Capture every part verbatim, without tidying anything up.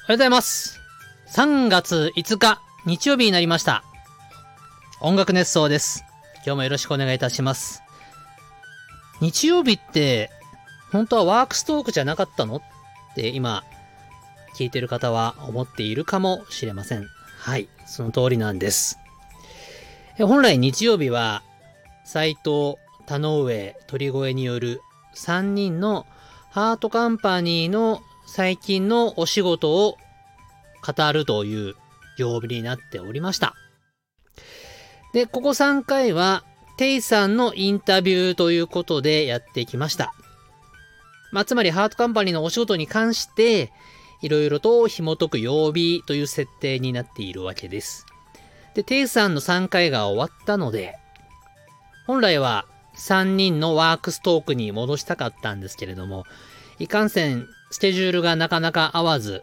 おはようございます。さんがついつか日曜日になりました。音楽熱奏です。今日もよろしくお願いいたします。日曜日って本当はワークストークじゃなかったのって今聞いてる方は思っているかもしれません。はい、その通りなんです。本来日曜日は斉藤、田上、鳥越によるさんにんのハートカンパニーの最近のお仕事を語るという曜日になっておりました。で、ここさんかいはテイさんのインタビューということでやってきました。まあ、つまりハートカンパニーのお仕事に関していろいろと紐解く曜日という設定になっているわけです。で、テイさんのさんかいが終わったので、本来はさんにんのワークストークに戻したかったんですけれども、いかんせんスケジュールがなかなか合わず、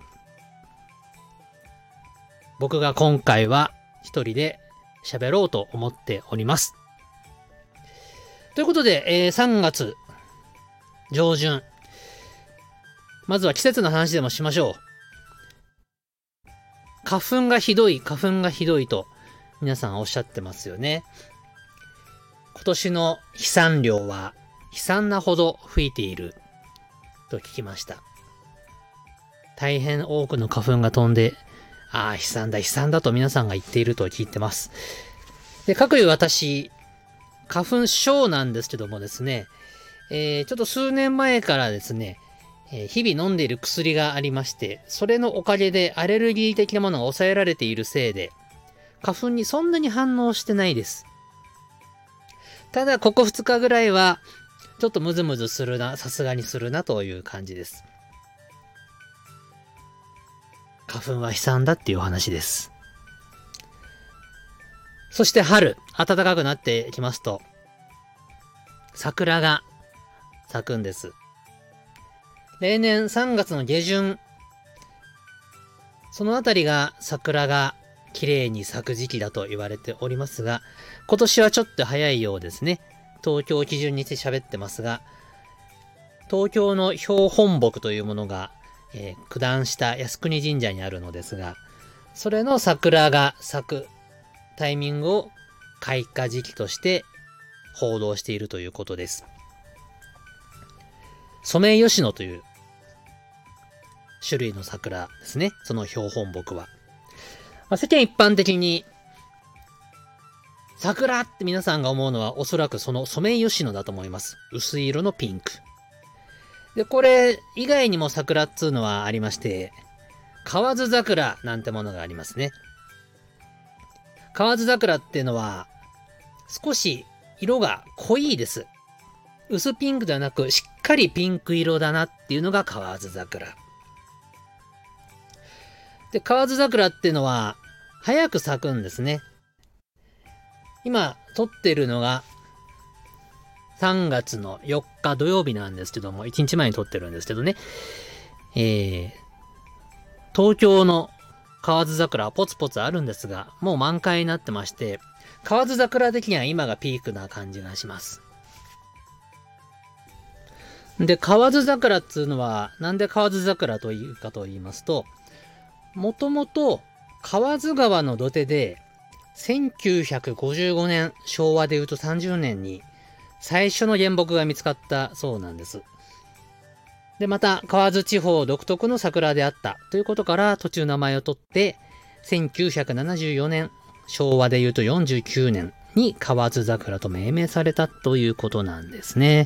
僕が今回は一人で喋ろうと思っております。ということで、えー、さんがつ上旬、まずは季節の話でもしましょう。花粉がひどい、花粉がひどいと皆さんおっしゃってますよね。今年の飛散量は悲惨なほど吹いていると聞きました。大変多くの花粉が飛んで、ああ、悲惨だ、悲惨だと皆さんが言っていると聞いてます。で、かくいう私、花粉症なんですけどもですね、えー、ちょっと数年前からですね、えー、日々飲んでいる薬がありまして、それのおかげでアレルギー的なものが抑えられているせいで、花粉にそんなに反応してないです。ただ、ここふつかぐらいは、ちょっとムズムズするな、さすがにするなという感じです。花粉は悲惨だっていうお話です。そして春、暖かくなってきますと、桜が咲くんです。例年さんがつの下旬、そのあたりが桜が綺麗に咲く時期だと言われておりますが、今年はちょっと早いようですね。東京を基準にして喋ってますが、東京の標本木というものが、えー、九段下靖国神社にあるのですが、それの桜が咲くタイミングを開花時期として報道しているということです。ソメイヨシノという種類の桜ですね。その標本木は。まあ、世間一般的に桜って皆さんが思うのはおそらくそのソメイヨシノだと思います。薄い色のピンク。で、これ以外にも桜っつうのはありまして、河津桜なんてものがありますね。河津桜っていうのは少し色が濃いです。薄ピンクではなくしっかりピンク色だなっていうのが河津桜。で、河津桜っていうのは早く咲くんですね。今撮ってるのがさんがつのよっか土曜日なんですけども、いちにちまえに撮ってるんですけどね、えー、東京の河津桜はポツポツあるんですが、もう満開になってまして、河津桜的には今がピークな感じがします。で、河津桜っていうのはなんで河津桜というかと言いますと、もともと河津川の土手でせんきゅうひゃくごじゅうごねん、昭和でいうとさんじゅうねんに最初の原木が見つかったそうなんです。で、また河津地方独特の桜であったということから途中名前を取ってせんきゅうひゃくななじゅうよねん、昭和でいうとよんじゅうきゅうねんに河津桜と命名されたということなんですね。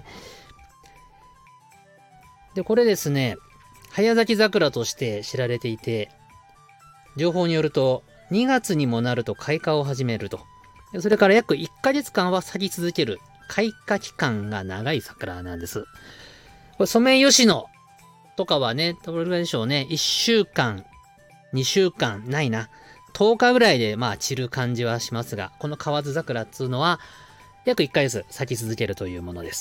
で、これですね、早咲き桜として知られていて、情報によるとにがつにもなると開花を始めると。それから約いっかげつかんは咲き続ける開花期間が長い桜なんです。これソメイヨシノとかはね、どれぐらいでしょうね。いっしゅうかん、にしゅうかん、ないな。とおかぐらいでまあ散る感じはしますが、この河津桜っつうのは約いっかげつ咲き続けるというものです。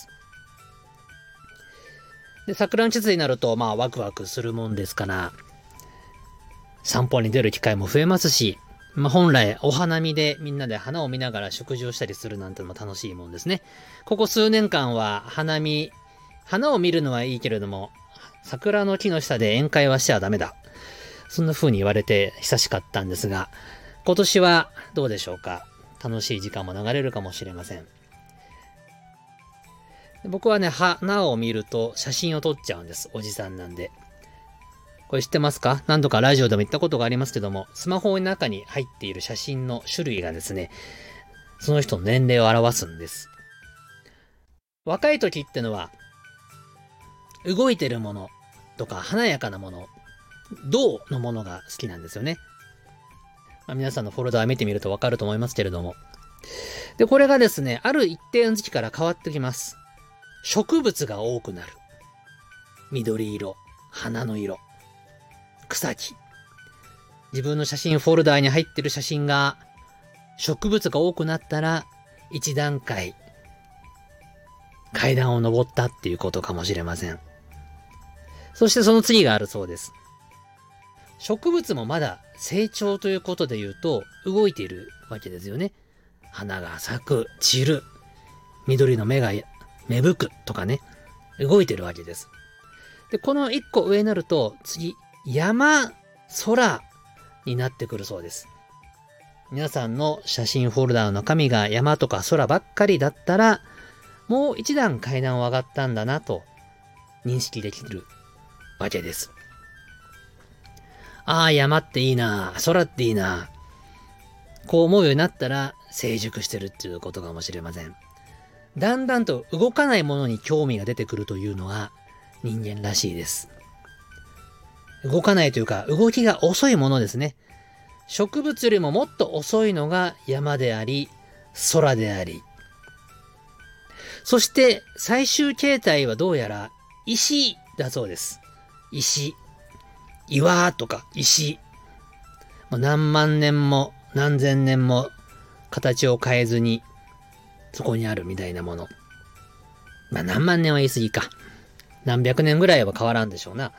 で、桜の季節になるとまあワクワクするもんですから、散歩に出る機会も増えますし、まあ、本来お花見でみんなで花を見ながら食事をしたりするなんてのも楽しいもんですね。ここ数年間は花見、花を見るのはいいけれども、桜の木の下で宴会はしちゃダメだ。 そんな風に言われて久しかったんですが、今年はどうでしょうか。楽しい時間も流れるかもしれません。僕はね、花を見ると写真を撮っちゃうんです。おじさんなんで。これ知ってますか？何度かラジオでも言ったことがありますけども、スマホの中に入っている写真の種類がですね、その人の年齢を表すんです。若い時ってのは、動いてるものとか華やかなもの、銅のものが好きなんですよね。まあ、皆さんのフォルダー見てみるとわかると思いますけれども。で、これがですね、ある一定の時期から変わってきます。植物が多くなる。緑色、花の色、草木。自分の写真フォルダーに入ってる写真が植物が多くなったら一段階階段を登ったっていうことかもしれません。そしてその次があるそうです。植物もまだ成長ということで言うと動いているわけですよね。花が咲く、散る、緑の芽が芽吹くとかね、動いてるわけです。で、この一個上になると次、山、空になってくるそうです。皆さんの写真フォルダの中身が山とか空ばっかりだったら、もう一段階段を上がったんだなと認識できるわけです。ああ、山っていいな、空っていいな。こう思うようになったら成熟してるっていうことかもしれません。だんだんと動かないものに興味が出てくるというのは人間らしいです。動かないというか動きが遅いものですね。植物よりももっと遅いのが山であり、空であり。そして最終形態はどうやら石だそうです。石。岩とか石。何万年も何千年も形を変えずにそこにあるみたいなもの。まあ何万年は言い過ぎか。何百年ぐらいは変わらんでしょうな。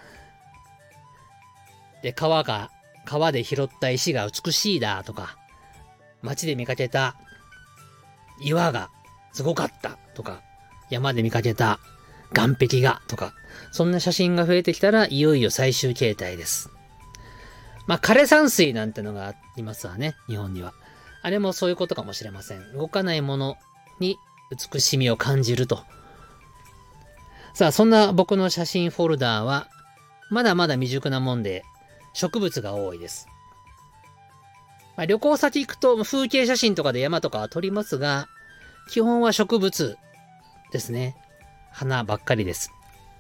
で、川が、川で拾った石が美しいだとか、街で見かけた岩がすごかったとか、山で見かけた岩壁がとか、そんな写真が増えてきたらいよいよ最終形態です。まあ枯山水なんてのがありますわね、日本には。あれもそういうことかもしれません。動かないものに美しみを感じると。さあ、そんな僕の写真フォルダーは、まだまだ未熟なもんで、植物が多いです。まあ、旅行先行くと風景写真とかで山とかは撮りますが、基本は植物ですね。花ばっかりです。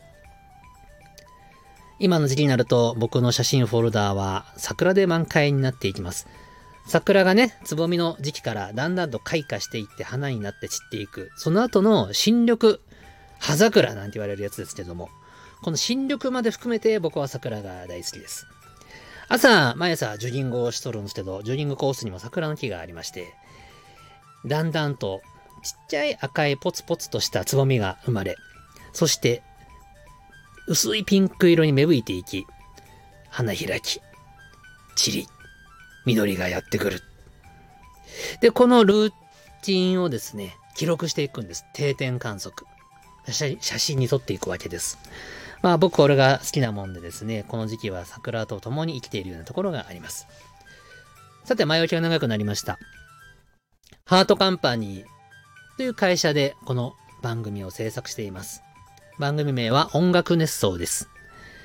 今の時期になると僕の写真フォルダーは桜で満開になっていきます。桜がね、つぼみの時期からだんだんと開花していって花になって散っていく。その後の新緑、葉桜なんて言われるやつですけども、この新緑まで含めて僕は桜が大好きです。朝、毎朝ジョギングをしとるんですけど、ジョギングコースにも桜の木がありまして、だんだんとちっちゃい赤いポツポツとしたつぼみが生まれ、そして薄いピンク色に芽吹いていき、花開き、散り、緑がやってくる。で、このルーティンをですね、記録していくんです。定点観測。写真に撮っていくわけです。まあ僕これが好きなもんでですね、この時期は桜と共に生きているようなところがあります。さて、前置きが長くなりました。ハートカンパニーという会社でこの番組を制作しています。番組名は音楽熱奏です。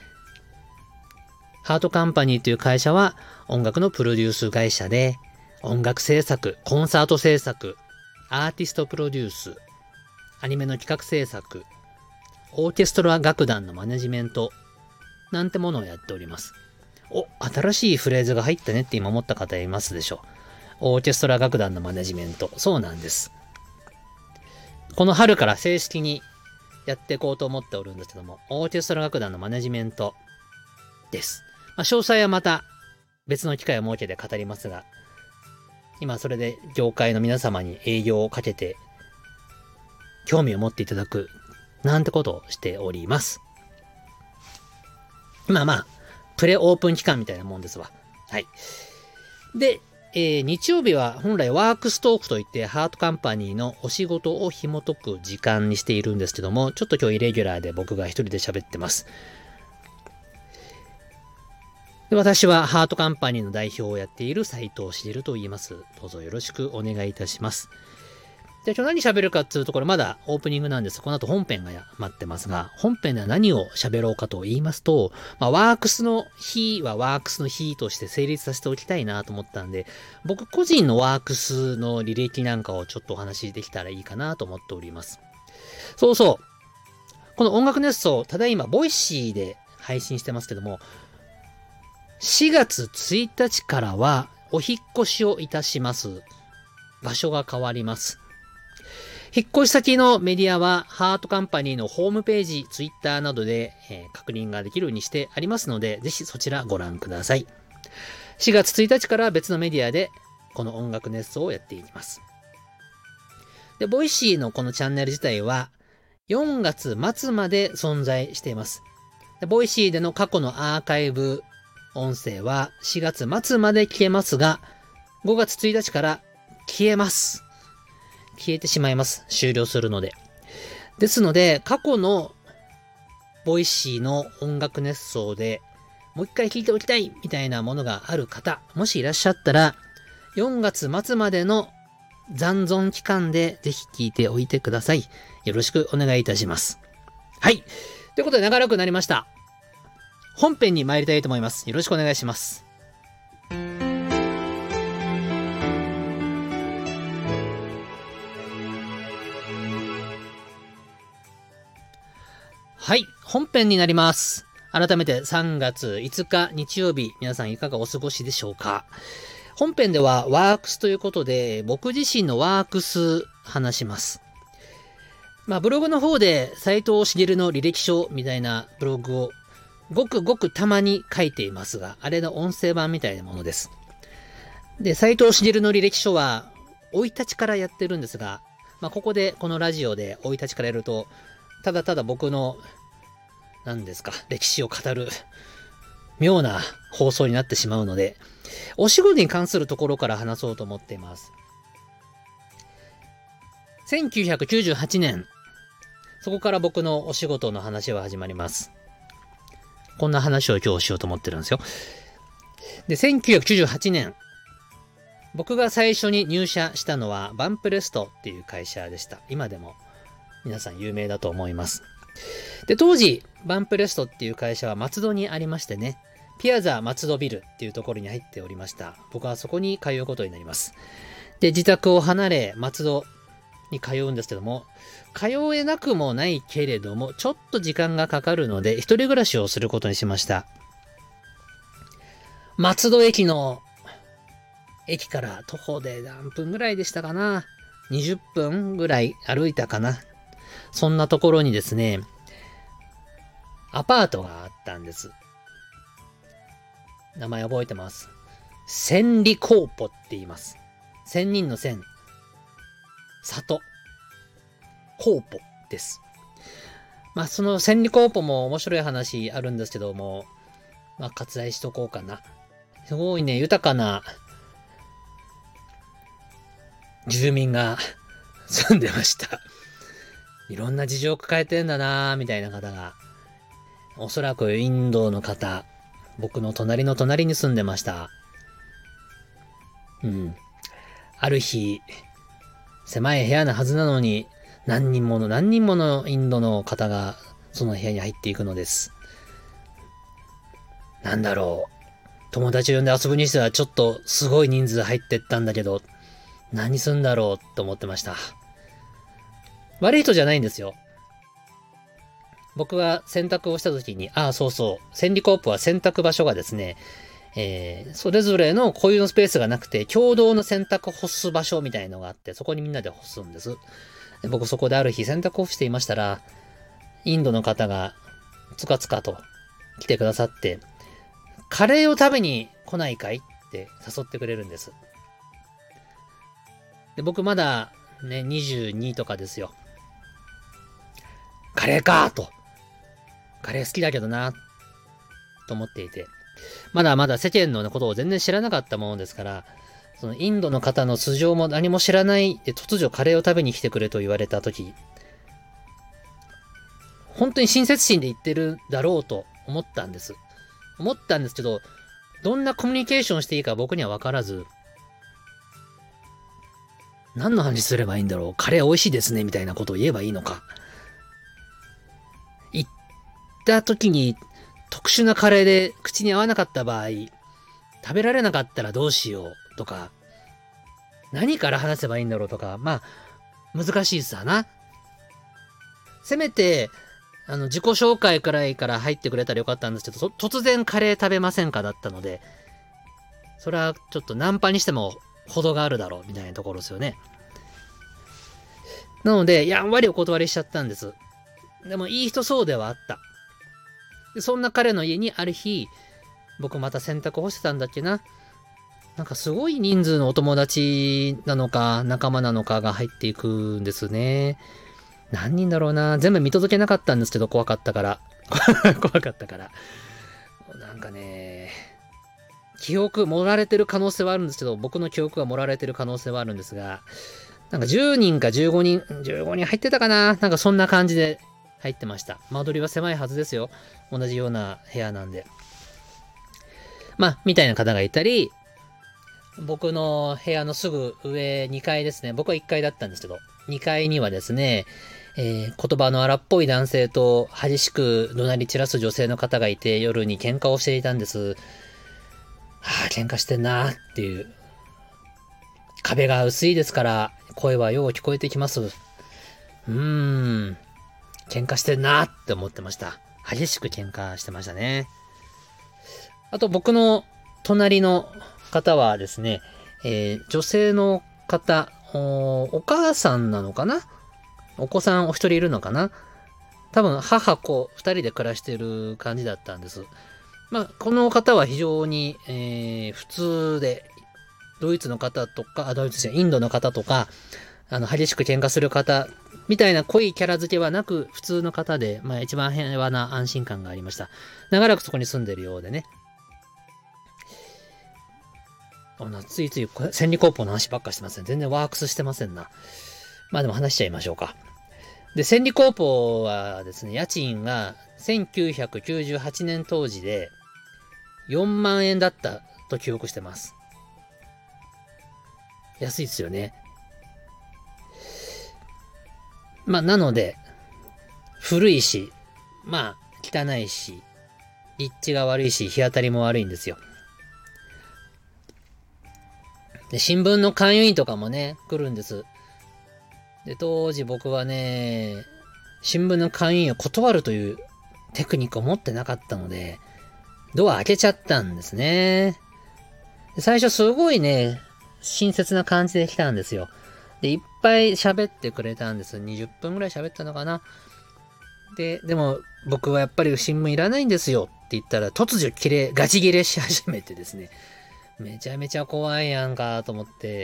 ハートカンパニーという会社は音楽のプロデュース会社で、音楽制作、コンサート制作、アーティストプロデュース、アニメの企画制作、オーケストラ楽団のマネジメント、なんてものをやっております。お、新しいフレーズが入ったねって今思った方いますでしょう。オーケストラ楽団のマネジメント。そうなんです。この春から正式にやっていこうと思っておるんですけども、オーケストラ楽団のマネジメントです。まあ、詳細はまた別の機会を設けて語りますが、今それで業界の皆様に営業をかけて興味を持っていただくなんてことをしております。まあまあ、プレオープン期間みたいなもんですわ。はい。で、えー、日曜日は本来ワークストークといってハートカンパニーのお仕事を紐解く時間にしているんですけども、ちょっと今日イレギュラーで僕が一人で喋ってます。 で、私はハートカンパニーの代表をやっている斉藤茂と言います。どうぞよろしくお願いいたします。で、今日何喋るかっていうところまだオープニングなんです。この後本編が待ってますが、本編では何を喋ろうかと言いますと、まあ、ワークスの日はワークスの日として成立させておきたいなと思ったんで、僕個人のワークスの履歴なんかをちょっとお話しできたらいいかなと思っております。そうそう。この音楽熱奏、ただいまボイシーで配信してますけども、しがつついたちからはお引っ越しをいたします。場所が変わります。引っ越し先のメディアはハートカンパニーのホームページ、ツイッターなどで、えー、確認ができるようにしてありますので、ぜひそちらご覧ください。しがつついたちから別のメディアでこの音楽熱奏をやっていきます。で、ボイシーのこのチャンネル自体はよんがつ末まで存在しています。で、ボイシーでの過去のアーカイブ音声はしがつ末まで聞けますが、ごがつついたちから消えます。消えてしまいます。終了するので。ですので、過去のボイシーの音楽熱奏でもう一回聞いておきたいみたいなものがある方、もしいらっしゃったら、よんがつ末までの残存期間でぜひ聞いておいてください。よろしくお願いいたします。はい。ということで長らくなりました。本編に参りたいと思います。よろしくお願いします。はい、本編になります。改めてさんがついつか日曜日、皆さんいかがお過ごしでしょうか。本編ではワークスということで、僕自身のワークス話します。まあブログの方で斉藤茂の履歴書みたいなブログをごくごくたまに書いていますが、あれの音声版みたいなものです。で、斉藤茂の履歴書は生い立ちからやってるんですが、まあここでこのラジオで生い立ちからやると、ただただ僕の何ですか、歴史を語る妙な放送になってしまうので、お仕事に関するところから話そうと思っています。せんきゅうひゃくきゅうじゅうはちねん、そこから僕のお仕事の話は始まります。こんな話を今日しようと思ってるんですよ。で、せんきゅうひゃくきゅうじゅうはちねん、僕が最初に入社したのはバンプレストっていう会社でした。今でも皆さん有名だと思います。で、当時、バンプレストっていう会社は松戸にありましてね、ピアザ松戸ビルっていうところに入っておりました。僕はそこに通うことになります。で、自宅を離れ、松戸に通うんですけども、通えなくもないけれども、ちょっと時間がかかるので、一人暮らしをすることにしました。松戸駅の、駅から徒歩で何分ぐらいでしたかな。にじゅっぷんぐらい歩いたかな。そんなところにですね、アパートがあったんです。名前覚えてます。千里コーポって言います。千人の千、里、コーポです。まあその千里コーポも面白い話あるんですけども、まあ割愛しとこうかな。すごいね、豊かな住民が住んでました。いろんな事情を抱えてんだなぁ、みたいな方が。おそらくインドの方、僕の隣の隣に住んでました。うん。ある日、狭い部屋なはずなのに、何人もの何人ものインドの方がその部屋に入っていくのです。なんだろう。友達呼んで遊ぶにしてはちょっとすごい人数入ってったんだけど、何すんだろうと思ってました。悪い人じゃないんですよ。僕が洗濯をした時に、ああ、そうそう、千里コープは洗濯場所がですね、えー、それぞれの固有のスペースがなくて、共同の洗濯干す場所みたいのがあって、そこにみんなで干すんです。で僕そこである日洗濯をしていましたら、インドの方がつかつかと来てくださって、カレーを食べに来ないかいって誘ってくれるんです。で僕まだね、にじゅうにとかですよ。カレーかーと。カレー好きだけどな、と思っていて。まだまだ世間のことを全然知らなかったものですから、そのインドの方の素性も何も知らないで突如カレーを食べに来てくれと言われたとき、本当に親切心で言ってるだろうと思ったんです。思ったんですけど、 どんなコミュニケーションしていいか僕には分からず、何の話すればいいんだろう、カレー美味しいですねみたいなことを言えばいいのか、言った時に特殊なカレーで口に合わなかった場合、食べられなかったらどうしようとか、何から話せばいいんだろうとか、まあ難しいさな。せめてあの自己紹介くらいから入ってくれたらよかったんですけど、突然カレー食べませんかだったので、それはちょっとナンパにしても程があるだろうみたいなところですよね。なのでやんわりお断りしちゃったんです。でもいい人そうではあった。でそんな彼の家にある日、僕また洗濯干してたんだっけな。なんかすごい人数のお友達なのか仲間なのかが入っていくんですね。何人だろうな。全部見届けなかったんですけど、怖かったから。怖かったから。なんかね、記憶盛られてる可能性はあるんですけど、僕の記憶が盛られてる可能性はあるんですが、なんかじゅうにんかじゅうごにん、じゅうごにん入ってたかな。なんかそんな感じで入ってました。間取りは狭いはずですよ。同じような部屋なんで。まあ、みたいな方がいたり、僕の部屋のすぐ上にかいですね。僕はいっかいだったんですけど、にかいにはですね、えー、言葉の荒っぽい男性と激しく怒鳴り散らす女性の方がいて、夜に喧嘩をしていたんです。はあ、喧嘩してんなっていう。壁が薄いですから、声はよう聞こえてきます。うーん、喧嘩してんなって思ってました。激しく喧嘩してましたね。あと僕の隣の方はですね、えー、女性の方お、お母さんなのかな、お子さんお一人いるのかな、多分母子二人で暮らしてる感じだったんです。まあ、この方は非常に、えー、普通で、ドイツの方とか、あ、ドイツじゃインドの方とか、あの、激しく喧嘩する方、みたいな濃いキャラ付けはなく、普通の方で、まあ一番平和な安心感がありました。長らくそこに住んでるようでね。ついつい千里コーポの話ばっかしてません。全然ワークスしてませんな。まあでも話しちゃいましょうか。で、千里コーポはですね、家賃がせんきゅうひゃくきゅうじゅうはちねん当時でよんまんえんだったと記憶してます。安いですよね。まあなので、古いし、まあ汚いし、立地が悪いし、日当たりも悪いんですよ。で、新聞の勧誘員とかもね、来るんです。で、当時僕はね、新聞の勧誘員を断るというテクニックを持ってなかったので、ドア開けちゃったんですね。で最初すごいね、親切な感じで来たんですよ。で、いっぱい喋ってくれたんです。にじゅっぷんぐらい喋ったのかな。で、でも僕はやっぱり新聞いらないんですよって言ったら、突如切れ、ガチ切れし始めてですね。めちゃめちゃ怖いやんかと思って、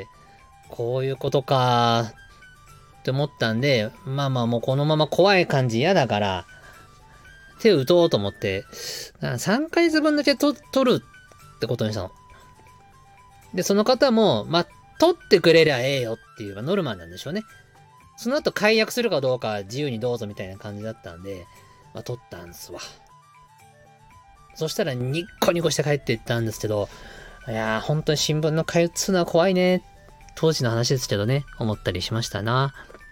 こういうことかって思ったんで、まあまあもうこのまま怖い感じ嫌だから、手を打とうと思って、さんかげつぶんだけと取るってことにしたの。で、その方も、まあ、取ってくれりゃええよっていう、ノルマなんでしょうね。その後解約するかどうか自由にどうぞみたいな感じだったんで、まあ、取ったんすわ。そしたらニッコニコして帰っていったんですけど、いやー、本当に新聞の買いっつうのは怖いね。当時の話ですけどね、思ったりしましたな。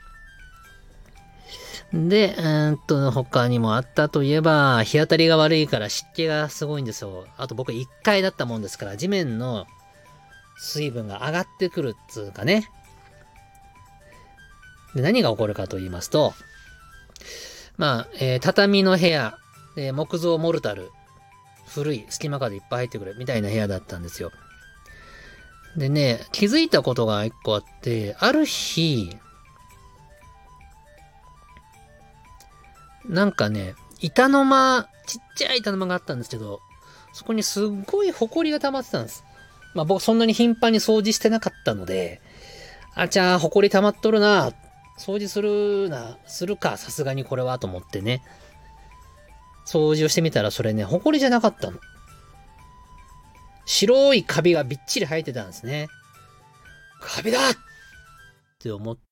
で、うーんと、他にもあったといえば、日当たりが悪いから湿気がすごいんですよ。あと僕いっかいだったもんですから、地面の水分が上がってくるっつうかね。で、何が起こるかと言いますと、まあ、えー、畳の部屋、で木造モルタル、古い隙間風いっぱい入ってくるみたいな部屋だったんですよ。でね、気づいたことが一個あって、ある日、なんかね、板の間、ちっちゃい板の間があったんですけど、そこにすっごい埃が溜まってたんです。まあ僕そんなに頻繁に掃除してなかったので、あちゃー、埃溜まっとるな、掃除するな、するか、さすがにこれはと思ってね。掃除をしてみたらそれね、埃じゃなかったの。白いカビがびっちり生えてたんですね。カビだって思って、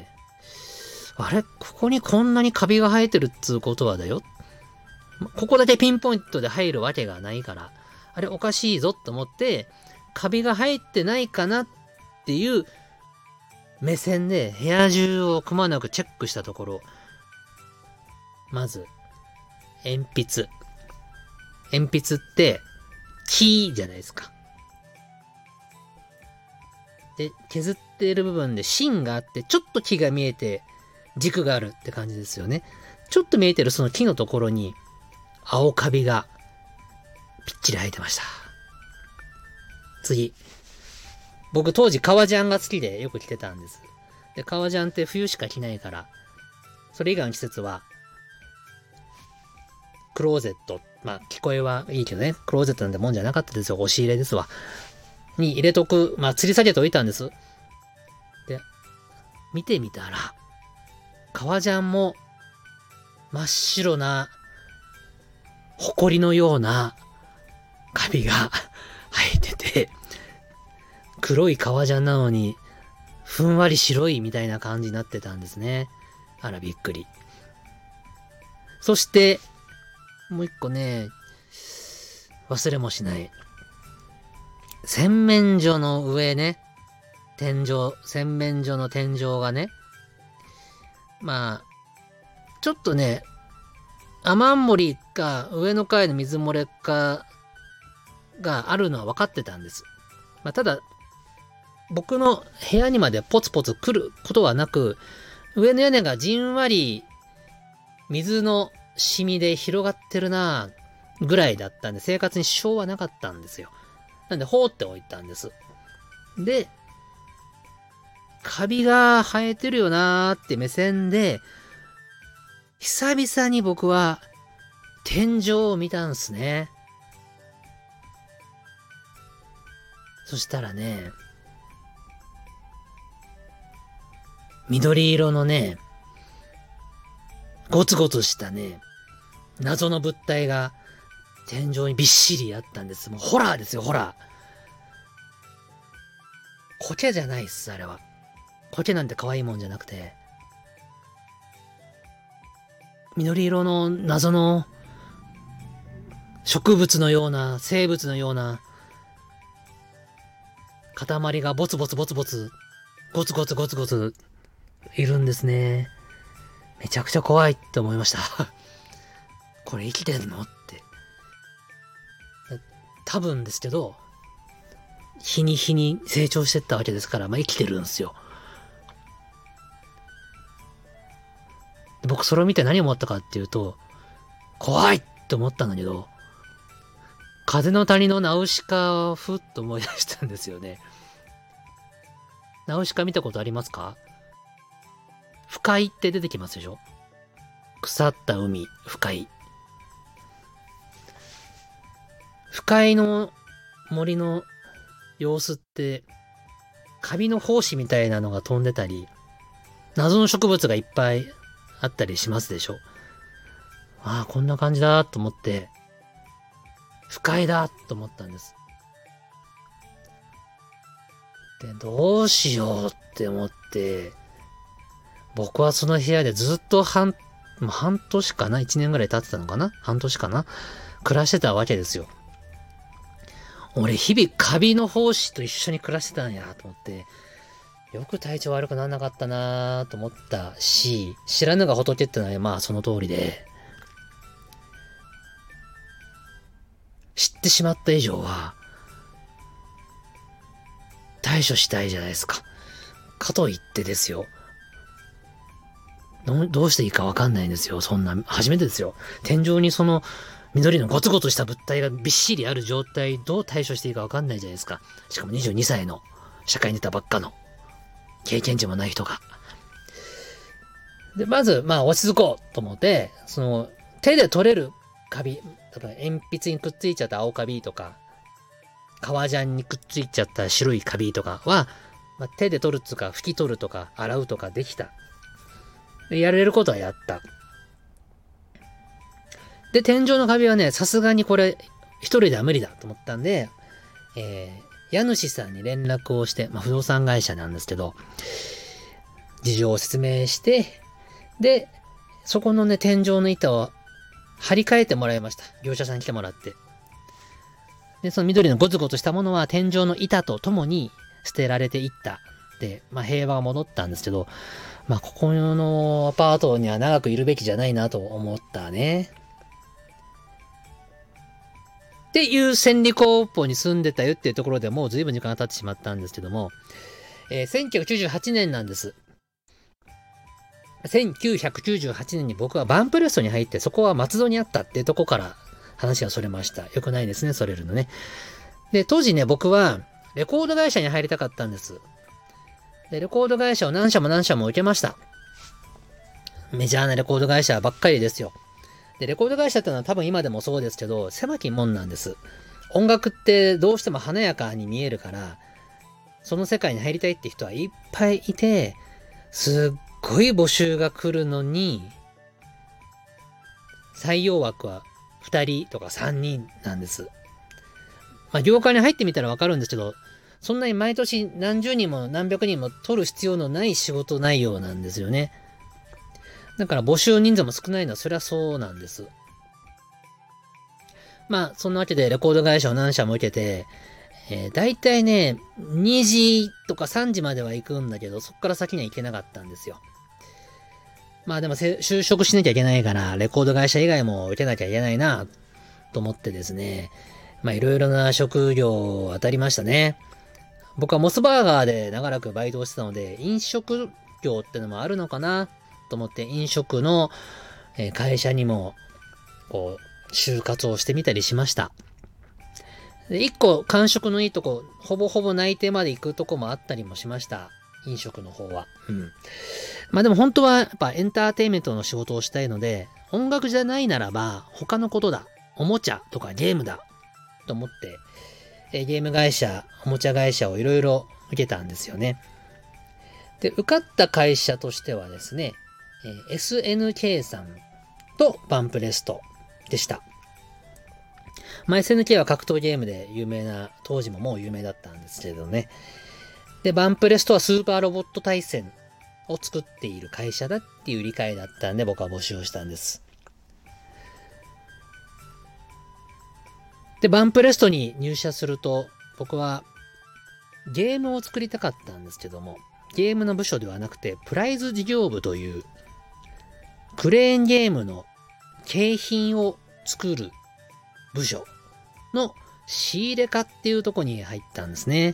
あれここにこんなにカビが生えてるっつうことはだよ。ここだけピンポイントで入るわけがないから、 あれおかしいぞと思って、カビが入ってないかなっていう目線で部屋中をくまなくチェックしたところ、まず、鉛筆。鉛筆って、木じゃないですか。で、削っている部分で芯があって、ちょっと木が見えて、軸があるって感じですよね。ちょっと見えてるその木のところに、青カビがぴっちり生えてました。次。僕当時革ジャンが好きでよく着てたんです。で、革ジャンって冬しか着ないから、それ以外の季節は、クローゼット。まあ、聞こえはいいけどね。クローゼットなんてもんじゃなかったですよ。押し入れですわ。に入れとく。まあ、吊り下げておいたんです。で、見てみたら、革ジャンも真っ白な、埃のようなカビが生えてて、黒い革ジャンなのに、ふんわり白いみたいな感じになってたんですね。あら、びっくり。そして、もう一個ね、忘れもしない。洗面所の上ね、天井、洗面所の天井がね、まあ、ちょっとね、雨漏りか上の階の水漏れかがあるのは分かってたんです。まあ、ただ、僕の部屋にまでポツポツ来ることはなく、上の屋根がじんわり水の染みで広がってるなぁぐらいだったんで、生活に支障はなかったんですよ。なんで放っておいたんです。で、カビが生えてるよなーって目線で、久々に僕は天井を見たんすね。そしたらね、緑色のね、ゴツゴツしたね、謎の物体が天井にびっしりあったんです。もうホラーですよ、ホラー。苔じゃないっす、あれは。苔なんて可愛いもんじゃなくて、緑色の謎の植物のような、生物のような塊がボツボツボツボツ、ゴツゴツゴツゴツいるんですね。めちゃくちゃ怖いって思いました。これ生きてんのって。多分ですけど、日に日に成長してったわけですから、まあ生きてるんですよ。僕それを見て何を思ったかっていうと、怖いって思ったんだけど、風の谷のナウシカをふっと思い出したんですよね。ナウシカ見たことありますか？不快って出てきますでしょ？腐った海、不快。不快の森の様子って、カビの胞子みたいなのが飛んでたり、謎の植物がいっぱいあったりしますでしょ？ああ、こんな感じだと思って、不快だと思ったんです。で、どうしようって思って、僕はその部屋でずっと半、半年かな ?いち 年ぐらい経ってたのかな半年かな暮らしてたわけですよ。俺、日々カビの胞子と一緒に暮らしてたんやと思って、よく体調悪くならなかったなぁと思ったし、知らぬが仏ってのはまあその通りで、知ってしまった以上は、対処したいじゃないですか。かといってですよ。どどうしていいかわかんないんですよ。そんな、初めてですよ。天井にその緑のゴツゴツした物体がびっしりある状態、どう対処していいかわかんないじゃないですか。しかもにじゅうにさいの社会に出たばっかの経験値もない人が。で、まず、まあ落ち着こうと思って、その手で取れるカビ、例えば鉛筆にくっついちゃった青カビとか、革ジャンにくっついちゃった白いカビとかは、まあ、手で取るっつうか、拭き取るとか、洗うとかできた。で、やれることはやった。で、天井のカビはね、さすがにこれ、一人では無理だと思ったんで、えー、家主さんに連絡をして、まあ、不動産会社なんですけど、事情を説明して、で、そこのね、天井の板を張り替えてもらいました。業者さんに来てもらって。 で、その緑のゴツゴツしたものは天井の板とともに捨てられていった。で、まあ平和が戻ったんですけど、まあここのアパートには長くいるべきじゃないなと思ったね。っていう千里高峰に住んでたよっていうところでもう随分時間が経ってしまったんですけども、えー、せんきゅうひゃくきゅうじゅうはちねんなんです。せんきゅうひゃくきゅうじゅうはちねんに僕はバンプレストに入って、そこは松戸にあったっていうとこから話がそれました。よくないですね、それるのね。で、当時ね、僕はレコード会社に入りたかったんです。で、レコード会社を何社も何社も受けました。メジャーなレコード会社ばっかりですよ。で、レコード会社ってのは多分今でもそうですけど、狭き門なんです。音楽ってどうしても華やかに見えるから、その世界に入りたいって人はいっぱいいて、すっごい募集が来るのに、採用枠はふたりとかさんにんなんです。まあ、業界に入ってみたらわかるんですけど、そんなに毎年何十人も何百人も取る必要のない仕事内容なんですよね。だから募集人数も少ないのはそりゃそうなんです。まあ、そんなわけでレコード会社を何社も受けて、えー、大体ね、にじとかさんじまでは行くんだけど、そっから先には行けなかったんですよ。まあでも就職しなきゃいけないから、レコード会社以外も受けなきゃいけないな、と思ってですね。まあいろいろな職業を当たりましたね。僕はモスバーガーで長らくバイトをしてたので、飲食業ってのもあるのかな、と思って飲食の会社にも、こう、就活をしてみたりしました。で、一個感触のいいとこ、ほぼほぼ内定まで行くとこもあったりもしました。飲食の方は。うん。まあでも本当はやっぱエンターテインメントの仕事をしたいので、音楽じゃないならば他のことだ。おもちゃとかゲームだ。と思って、えゲーム会社、おもちゃ会社をいろいろ受けたんですよね。で、受かった会社としてはですね、え エスエヌケー さんとバンプレストでした。まあ、エスエヌケー は格闘ゲームで有名な、当時ももう有名だったんですけれどね。で、バンプレストはスーパーロボット対戦を作っている会社だっていう理解だったんで僕は募集をしたんです。で、バンプレストに入社すると僕はゲームを作りたかったんですけども、ゲームの部署ではなくてプライズ事業部というクレーンゲームの景品を作る部署の仕入れ課っていうとこに入ったんですね。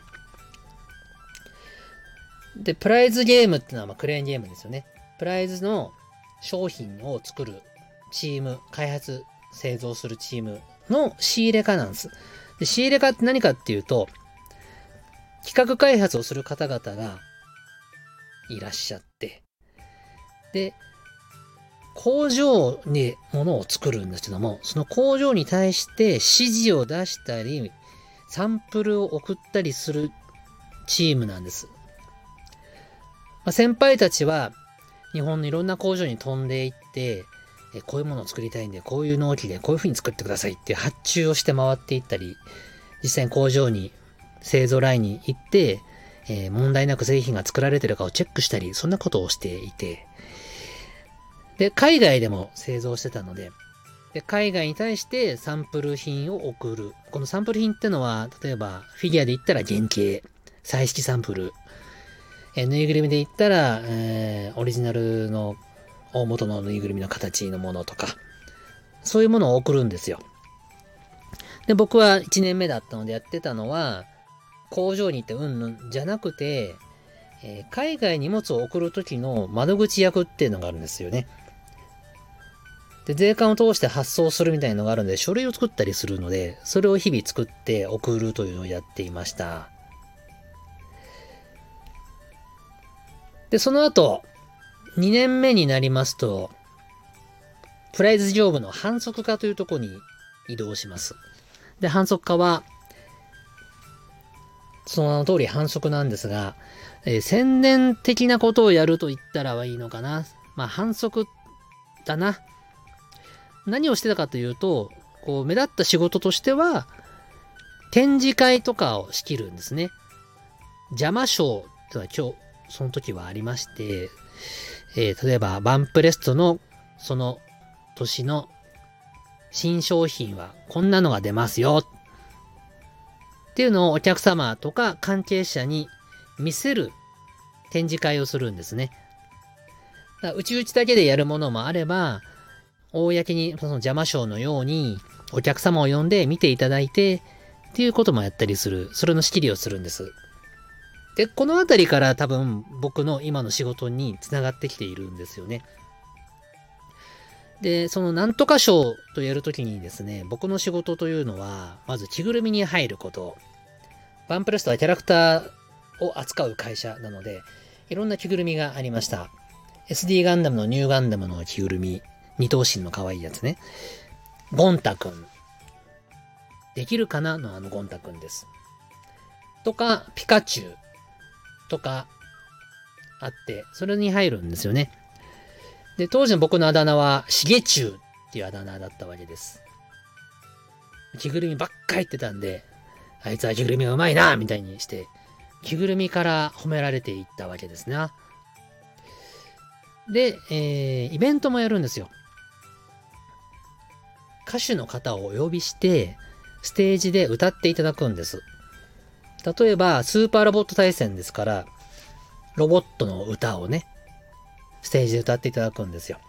で、プライズゲームってのはまあクレーンゲームですよね。プライズの商品を作るチーム、開発、製造するチームの仕入れ課なんです。で、仕入れ課って何かっていうと、企画開発をする方々がいらっしゃって、で、工場に物を作るんですけども、その工場に対して指示を出したり、サンプルを送ったりするチームなんです。まあ、先輩たちは日本のいろんな工場に飛んでいって、えこういうものを作りたいんで、こういう納期でこういう風に作ってくださいっていう発注をして回っていったり、実際に工場に製造ラインに行って、えー、問題なく製品が作られてるかをチェックしたり、そんなことをしていて、で、海外でも製造してたので、で、海外に対してサンプル品を送る。このサンプル品ってのは、例えばフィギュアで言ったら原型、彩色サンプル、えー、ぬいぐるみで言ったら、えー、オリジナルの大元のぬいぐるみの形のものとか、そういうものを送るんですよ。で、僕はいちねんめだったのでやってたのは、工場に行ってうんぬんじゃなくて、えー、海外に荷物を送る時の窓口役っていうのがあるんですよね。で、税関を通して発送するみたいなのがあるので、書類を作ったりするので、それを日々作って送るというのをやっていました。で、その後、にねんめになりますと、プライズ事業部の販促課というところに移動します。で、販促課は、その名の通り販促なんですが、えー、宣伝的なことをやると言ったらはいいのかな。まあ、販促だな。何をしてたかというと、こう、目立った仕事としては、展示会とかを仕切るんですね。邪魔賞とは今日、その時はありまして、えー、例えば、バンプレストのその年の新商品はこんなのが出ますよ。 っていうのをお客様とか関係者に見せる展示会をするんですね。だからうちうちだけでやるものもあれば、公にその邪魔ショーのようにお客様を呼んで見ていただいてっていうこともやったりする。それの仕切りをするんです。で、このあたりから多分僕の今の仕事につながってきているんですよね。で、そのなんとかショーとやるときにですね、僕の仕事というのは、まず着ぐるみに入ること。バンプレストはキャラクターを扱う会社なので、いろんな着ぐるみがありました。エスディー ガンダムのニューガンダムの着ぐるみ、二頭身の可愛いやつね。ゴンタくん。できるかなのあのゴンタくんです。とか、ピカチュウとかあって、それに入るんですよね。で、当時の僕のあだ名は、しげちゅうっていうあだ名だったわけです。着ぐるみばっかり言ってたんで、あいつは着ぐるみがうまいなみたいにして、着ぐるみから褒められていったわけですね。で、えー、イベントもやるんですよ。歌手の方をお呼びして、ステージで歌っていただくんです。例えば、スーパーロボット対戦ですから、ロボットの歌をね、ステージで歌っていただくんですよ。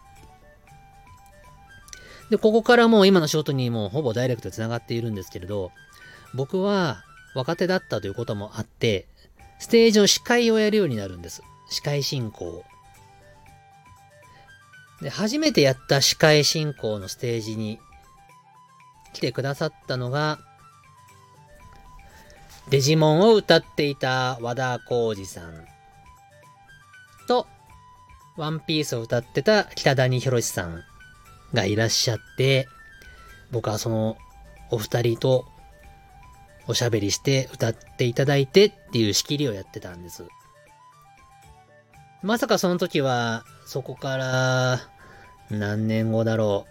で、ここからもう今の仕事にもうほぼダイレクトで繋がっているんですけれど、僕は若手だったということもあって、ステージの司会をやるようになるんです。司会進行。で、初めてやった司会進行のステージに来てくださったのが、デジモンを歌っていた和田浩二さんと、ワンピースを歌ってた北谷宏さんがいらっしゃって、僕はそのお二人とおしゃべりして歌っていただいてっていう仕切りをやってたんです。まさかその時は、そこから何年後だろ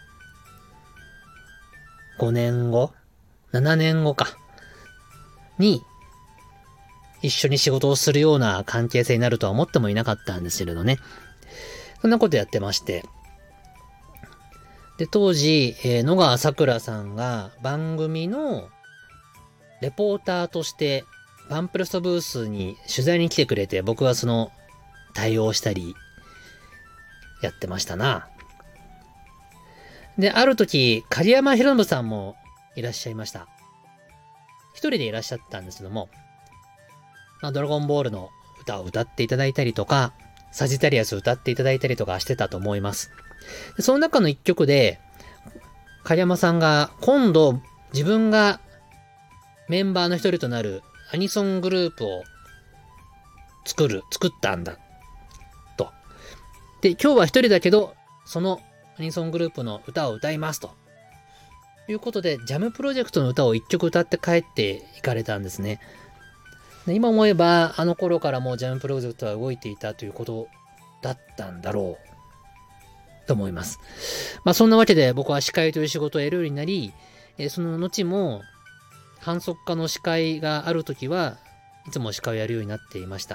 う。ごねんご ?なな 年後か。に、一緒に仕事をするような関係性になるとは思ってもいなかったんですけれどね。そんなことやってまして。で、当時、えー、野川さくらさんが番組のレポーターとしてバンプレストブースに取材に来てくれて、僕はその対応したりやってましたな。で、ある時、狩山博信さんもいらっしゃいました。一人でいらっしゃったんですけども、まあ、ドラゴンボールの歌を歌っていただいたりとか、サジタリアスを歌っていただいたりとかしてたと思います。でその中の一曲で、狩山さんが今度自分がメンバーの一人となるアニソングループを作る、作ったんだ。と。で、今日は一人だけど、そのアニソングループの歌を歌いますと。いうことで、ジャムプロジェクトの歌を一曲歌って帰っていかれたんですね。で今思えば、あの頃からもうジャムプロジェクトは動いていたということだったんだろうと思います。まあそんなわけで僕は司会という仕事をやるようになり、えその後も反則家の司会があるときはいつも司会をやるようになっていました。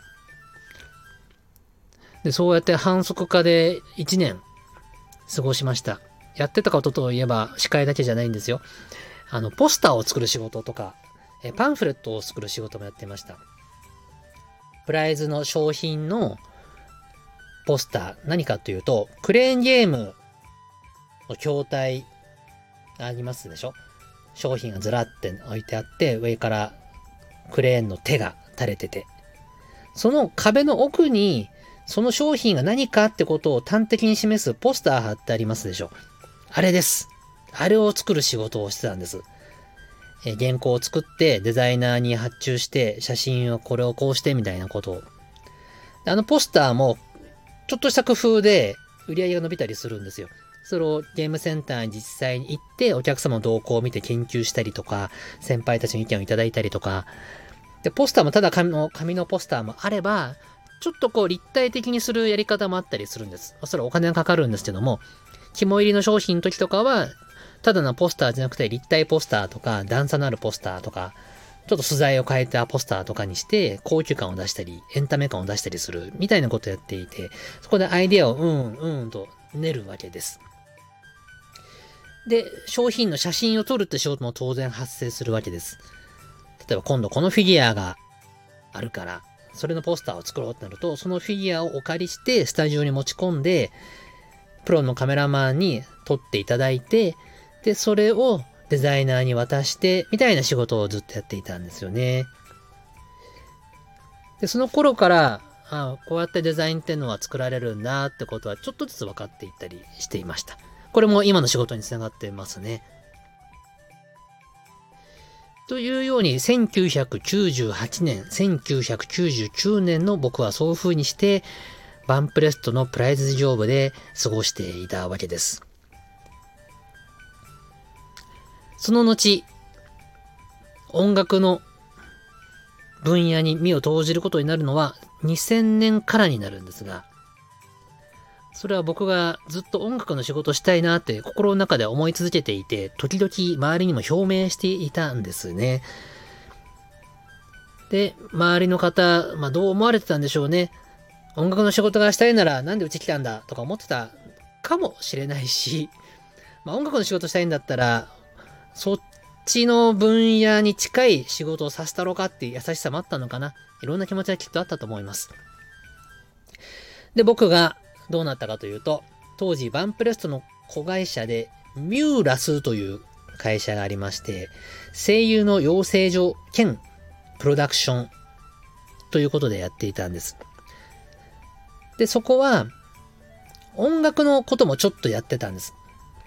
でそうやって反則家でいちねん過ごしました。やってたことといえば司会だけじゃないんですよ。あの、ポスターを作る仕事とか、えパンフレットを作る仕事もやってました。プライズの商品のポスター、何かというと、クレーンゲームの筐体ありますでしょ？商品がずらって置いてあって、上からクレーンの手が垂れてて、その壁の奥にその商品が何かってことを端的に示すポスター貼ってありますでしょ？あれです。あれを作る仕事をしてたんです。え原稿を作ってデザイナーに発注して写真をこれをこうしてみたいなことを。あのポスターもちょっとした工夫で売り上げが伸びたりするんですよ。それをゲームセンターに実際に行ってお客様の動向を見て研究したりとか、先輩たちの意見をいただいたりとか。で、ポスターもただ紙の、紙のポスターもあれば、ちょっとこう立体的にするやり方もあったりするんです。それはお金がかかるんですけども、肝入りの商品の時とかは、ただのポスターじゃなくて立体ポスターとか段差のあるポスターとかちょっと素材を変えたポスターとかにして高級感を出したりエンタメ感を出したりするみたいなことをやっていて、そこでアイデアをうんうんと練るわけです。 で、商品の写真を撮るって仕事も当然発生するわけです。例えば今度このフィギュアがあるから、それのポスターを作ろうってなると、そのフィギュアをお借りしてスタジオに持ち込んで、プロのカメラマンに撮っていただいて、で、それをデザイナーに渡して、みたいな仕事をずっとやっていたんですよね。で、その頃から、あこうやってデザインっていうのは作られるんだってことはちょっとずつ分かっていったりしていました。これも今の仕事につながってますね。というように、せんきゅうひゃくきゅうじゅうはちねん、せんきゅうひゃくきゅうじゅうきゅうねんの僕はそういう風にして、バンプレストのプライズジョブで過ごしていたわけです。その後、音楽の分野に身を投じることになるのはにせんねんからになるんですが、それは僕がずっと音楽の仕事をしたいなって心の中で思い続けていて、時々周りにも表明していたんですね。で、周りの方、まあどう思われてたんでしょうね。音楽の仕事がしたいならなんでうち来たんだとか思ってたかもしれないし、まあ音楽の仕事したいんだったら、そっちの分野に近い仕事をさせたろうかっていう優しさもあったのかな。いろんな気持ちはきっとあったと思います。で、僕がどうなったかというと、当時バンプレストの子会社でミューラスという会社がありまして、声優の養成所兼プロダクションということでやっていたんです。で、そこは音楽のこともちょっとやってたんです。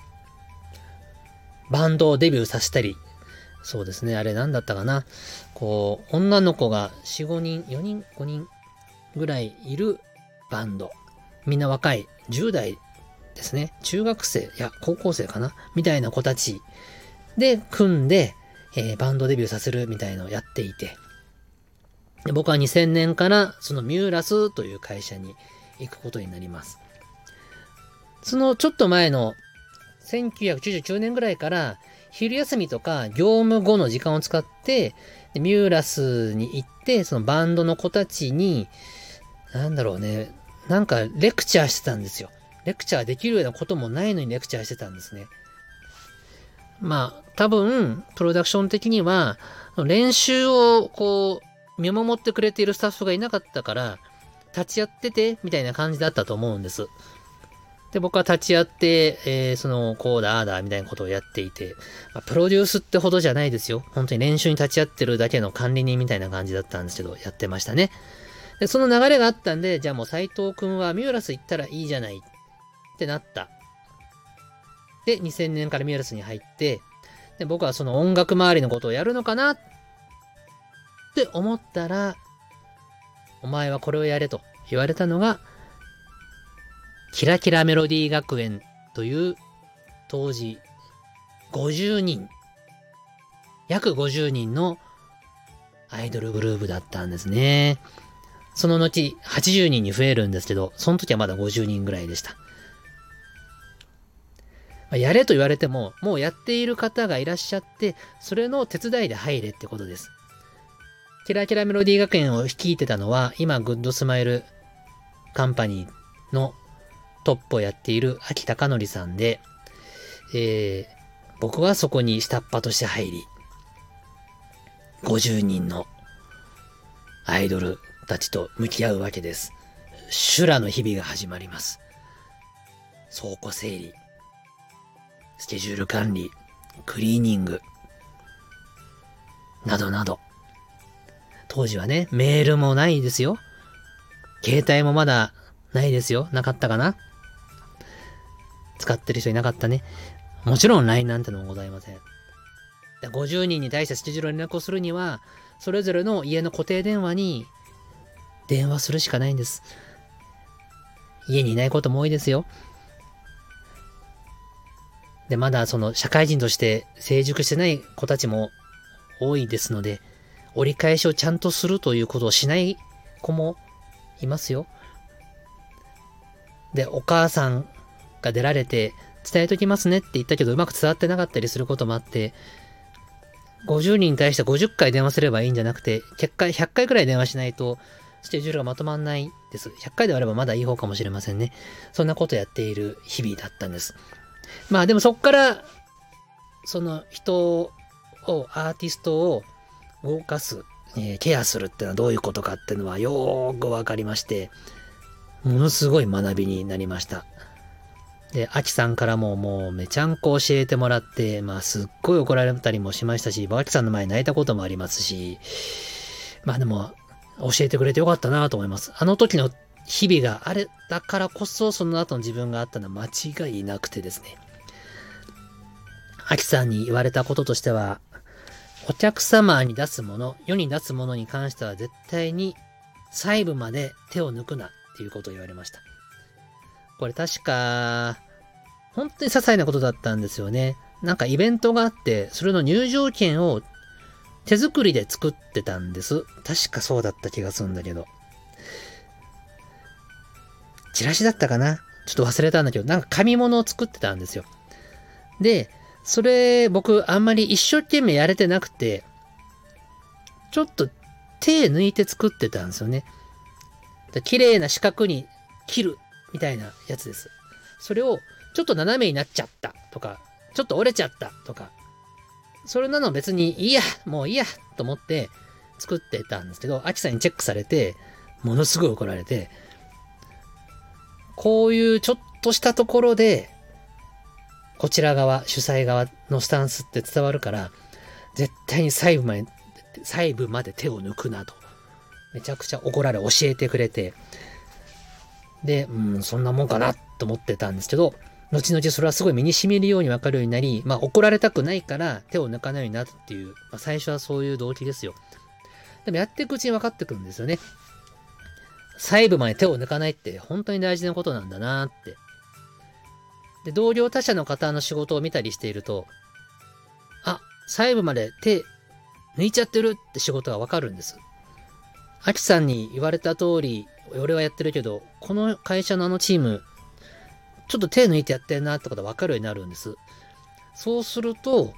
バンドをデビューさせたり、そうですね、あれ何だったかな。こう、女の子がよん、ごにん、よにん、ごにんぐらいいるバンド。みんな若い、じゅう代ですね。中学生、いや、高校生かなみたいな子たちで組んで、えー、バンドデビューさせるみたいのをやっていて。で僕はにせんねんからそのミューラスという会社に行くことになります。そのちょっと前のせんきゅうひゃくきゅうじゅうきゅうねんぐらいから昼休みとか業務後の時間を使ってミューラスに行ってそのバンドの子たちになんだろうね、なんかレクチャーしてたんですよ。レクチャーできるようなこともないのにレクチャーしてたんですね。まあ多分プロダクション的には練習をこう見守ってくれているスタッフがいなかったから立ち会っててみたいな感じだったと思うんです。で僕は立ち会って、えー、そのこうだああだみたいなことをやっていて、まあ、プロデュースってほどじゃないですよ。本当に練習に立ち会ってるだけの管理人みたいな感じだったんですけどやってましたね。でその流れがあったんで、じゃあもう斉藤くんはミューラス行ったらいいじゃないってなった。でにせんねんからミューラスに入って、で僕はその音楽周りのことをやるのかなって思ったら、お前はこれをやれと言われたのがキラキラメロディー学園という当時ごじゅうにん、約ごじゅうにんのアイドルグループだったんですね。その後はちじゅうにんに増えるんですけど、その時はまだごじゅうにんぐらいでした。やれと言われても、もうやっている方がいらっしゃって、それの手伝いで入れってことです。キラキラメロディー学園を率いてたのは、今グッドスマイルカンパニーのトップをやっている秋高則さんで、えー、僕はそこに下っ端として入り、ごじゅうにんのアイドルたちと向き合うわけです。修羅の日々が始まります。倉庫整理、スケジュール管理、クリーニング、などなど。当時はね、メールもないですよ。携帯もまだないですよ。なかったかな？使ってる人いなかったね。もちろん ライン なんてのもございません。ごじゅうにんに対してスケジュールを連絡をするには、それぞれの家の固定電話に電話するしかないんです。家にいないことも多いですよ。で、まだその社会人として成熟してない子たちも多いですので、折り返しをちゃんとするということをしない子もいますよ。で、お母さんが出られて伝えときますねって言ったけどうまく伝わってなかったりすることもあって、ごじゅうにんに対してごじゅっかい電話すればいいんじゃなくて、結果ひゃっかいくらい電話しないとスケジュールがまとまんないです。ひゃっかいであればまだいい方かもしれませんね。そんなことやっている日々だったんです。まあでもそっからその人を、アーティストを動かす、えー、ケアするっていうのはどういうことかっていうのはよーくわかりまして、ものすごい学びになりました。で、アキさんからももうめちゃんこ教えてもらって、まあすっごい怒られたりもしましたし、アキさんの前に泣いたこともありますし、まあでも教えてくれてよかったなと思います。あの時の日々があれだからこそその後の自分があったのは間違いなくてですね。アキさんに言われたこととしては、お客様に出すもの、世に出すものに関しては絶対に細部まで手を抜くなっていうことを言われました。これ確か、本当に些細なことだったんですよね。なんかイベントがあって、それの入場券を手作りで作ってたんです。確かそうだった気がするんだけど。チラシだったかな？ちょっと忘れたんだけど、なんか紙物を作ってたんですよ。で、それ僕あんまり一生懸命やれてなくて、ちょっと手抜いて作ってたんですよね。綺麗な四角に切るみたいなやつです。それをちょっと斜めになっちゃったとか、ちょっと折れちゃったとか、それなの別にいいや、もういいやと思って作ってたんですけど、アキさんにチェックされて、ものすごい怒られて、こういうちょっとしたところで、こちら側、主催側のスタンスって伝わるから、絶対に細部まで、細部まで手を抜くなと、めちゃくちゃ怒られ教えてくれて、で、うん、そんなもんかなと思ってたんですけど、後々それはすごい身に染みるようにわかるようになり、まあ怒られたくないから手を抜かないようになるっていう、まあ、最初はそういう動機ですよ。でもやっていくうちに分かってくるんですよね。細部まで手を抜かないって本当に大事なことなんだなって。で、同僚他社の方の仕事を見たりしていると、あ、細部まで手抜いちゃってるって仕事が分かるんです。アキさんに言われた通り、俺はやってるけど、この会社のあのチーム、ちょっと手抜いてやってんなってことが分かるようになるんです。そうすると、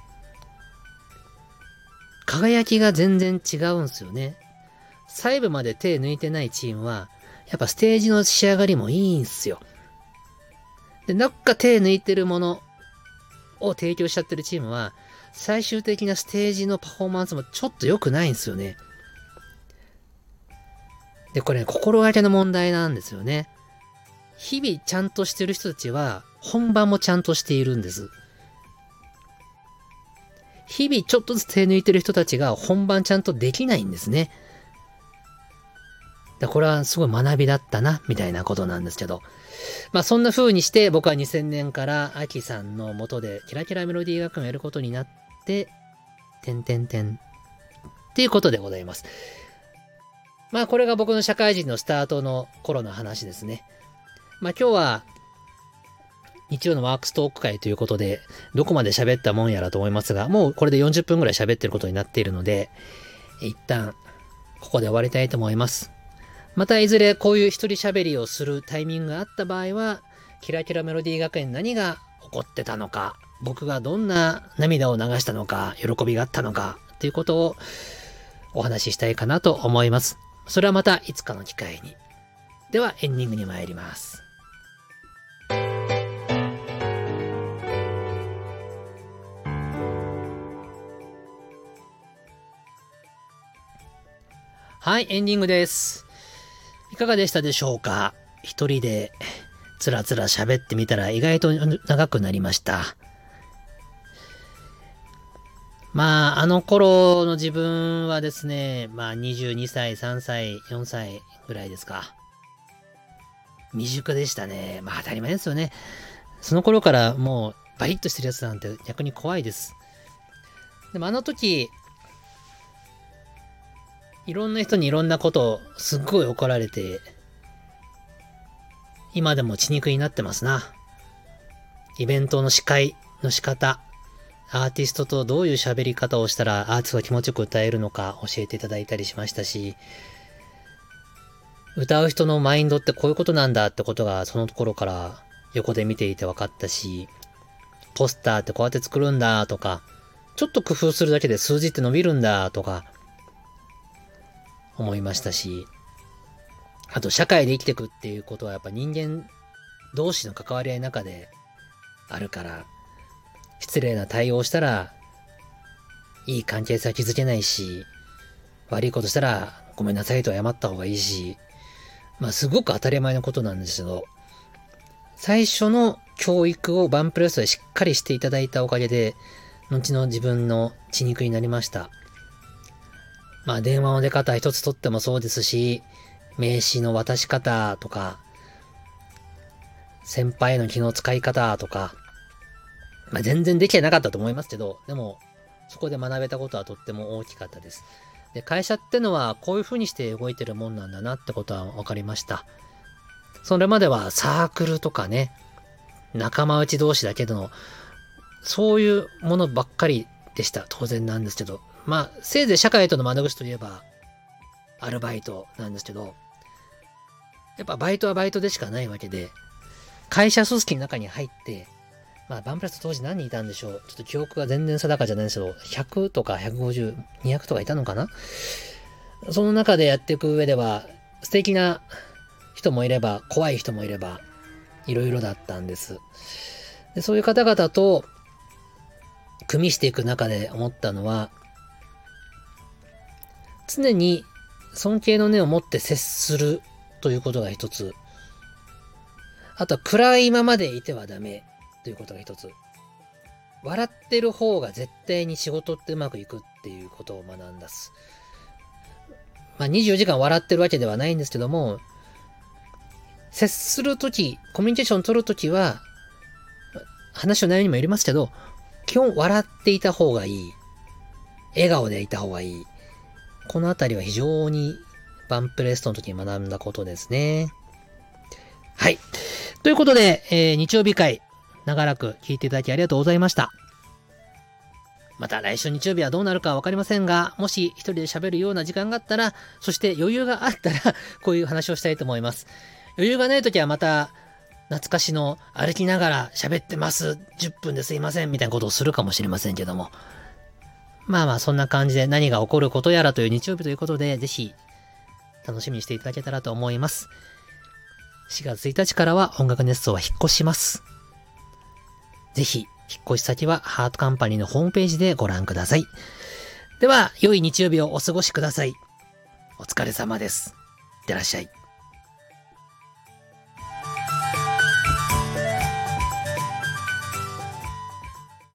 輝きが全然違うんですよね。細部まで手抜いてないチームは、やっぱステージの仕上がりもいいんすよ。で、なんか手抜いてるものを提供しちゃってるチームは、最終的なステージのパフォーマンスもちょっと良くないんですよね。で、これ、ね、心がけの問題なんですよね。日々ちゃんとしてる人たちは、本番もちゃんとしているんです。日々ちょっとずつ手抜いてる人たちが本番ちゃんとできないんですね。だこれはすごい学びだったな、みたいなことなんですけど。まあそんな風にして僕はにせんねんからアキさんの下でキラキラメロディー学園をやることになって、てんてんてんっていうことでございます。まあこれが僕の社会人のスタートの頃の話ですね。まあ今日は日曜のワークストーク会ということで、どこまで喋ったもんやらと思いますが、もうこれでよんじゅっぷんぐらい喋ってることになっているので、一旦ここで終わりたいと思います。またいずれこういう一人喋りをするタイミングがあった場合は、キラキラメロディー学園何が起こってたのか、僕がどんな涙を流したのか、喜びがあったのか、ということをお話ししたいかなと思います。それはまたいつかの機会に。ではエンディングに参ります。はい、エンディングです。いかがでしたでしょうか？一人でつらつら喋ってみたら意外と長くなりました。まあ、あの頃の自分はですね、まあにじゅうにさい、さんさい、よんさいぐらいですか。未熟でしたね。まあ当たり前ですよね。その頃からもうバリッとしてるやつなんて逆に怖いです。でもあの時、いろんな人にいろんなことをすっごい怒られて、今でも血肉になってますな。イベントの司会の仕方、アーティストとどういう喋り方をしたらアーティストが気持ちよく歌えるのか教えていただいたりしましたし、歌う人のマインドってこういうことなんだってことがその頃から横で見ていて分かったし、ポスターってこうやって作るんだとか、ちょっと工夫するだけで数字って伸びるんだとか、思いましたし、あと社会で生きていくっていうことはやっぱ人間同士の関わり合いの中であるから、 失礼な対応をしたら、いい関係性は築けないし、悪いことしたらごめんなさいと謝った方がいいし、まあすごく当たり前のことなんですけど、最初の教育をバンプレストでしっかりしていただいたおかげで、後の自分の血肉になりました。まあ電話の出方一つとってもそうですし、名刺の渡し方とか、先輩への気の使い方とか、まあ全然できてなかったと思いますけど、でもそこで学べたことはとっても大きかったです。で、会社ってのはこういう風にして動いてるもんなんだなってことは分かりました。それまではサークルとかね、仲間内同士だけどの、そういうものばっかりでした。当然なんですけど。まあ、せいぜい社会との窓口といえば、アルバイトなんですけど、やっぱバイトはバイトでしかないわけで、会社組織の中に入って、まあ、バンプレスト当時何人いたんでしょう。ちょっと記憶が全然定かじゃないんですけど、ひゃくとかひゃくごじゅう、にひゃくとかいたのかな。その中でやっていく上では、素敵な人もいれば、怖い人もいれば、いろいろだったんです。で、そういう方々と、組みしていく中で思ったのは、常に尊敬の念を持って接するということが一つ。あとは暗いままでいてはダメということが一つ。笑ってる方が絶対に仕事ってうまくいくっていうことを学んだっす。まあにじゅうよじかん笑ってるわけではないんですけども、接するとき、コミュニケーション取るときは、話の内容にもよりますけど、基本笑っていた方がいい。笑顔でいた方がいい。このあたりは非常にバンプレストの時に学んだことですね。はい。ということで、えー、日曜日会、長らく聞いていただきありがとうございました。また来週日曜日はどうなるかわかりませんが、もし一人で喋るような時間があったら、そして余裕があったら、こういう話をしたいと思います。余裕がない時はまた、懐かしの歩きながら喋ってます。じゅっぷんですいません。みたいなことをするかもしれませんけども。まあまあそんな感じで何が起こることやらという日曜日ということで、ぜひ楽しみにしていただけたらと思います。しがつついたちからは音楽熱奏は引っ越します。ぜひ引っ越し先はハートカンパニーのホームページでご覧ください。では良い日曜日をお過ごしください。お疲れ様です。いってらっしゃい。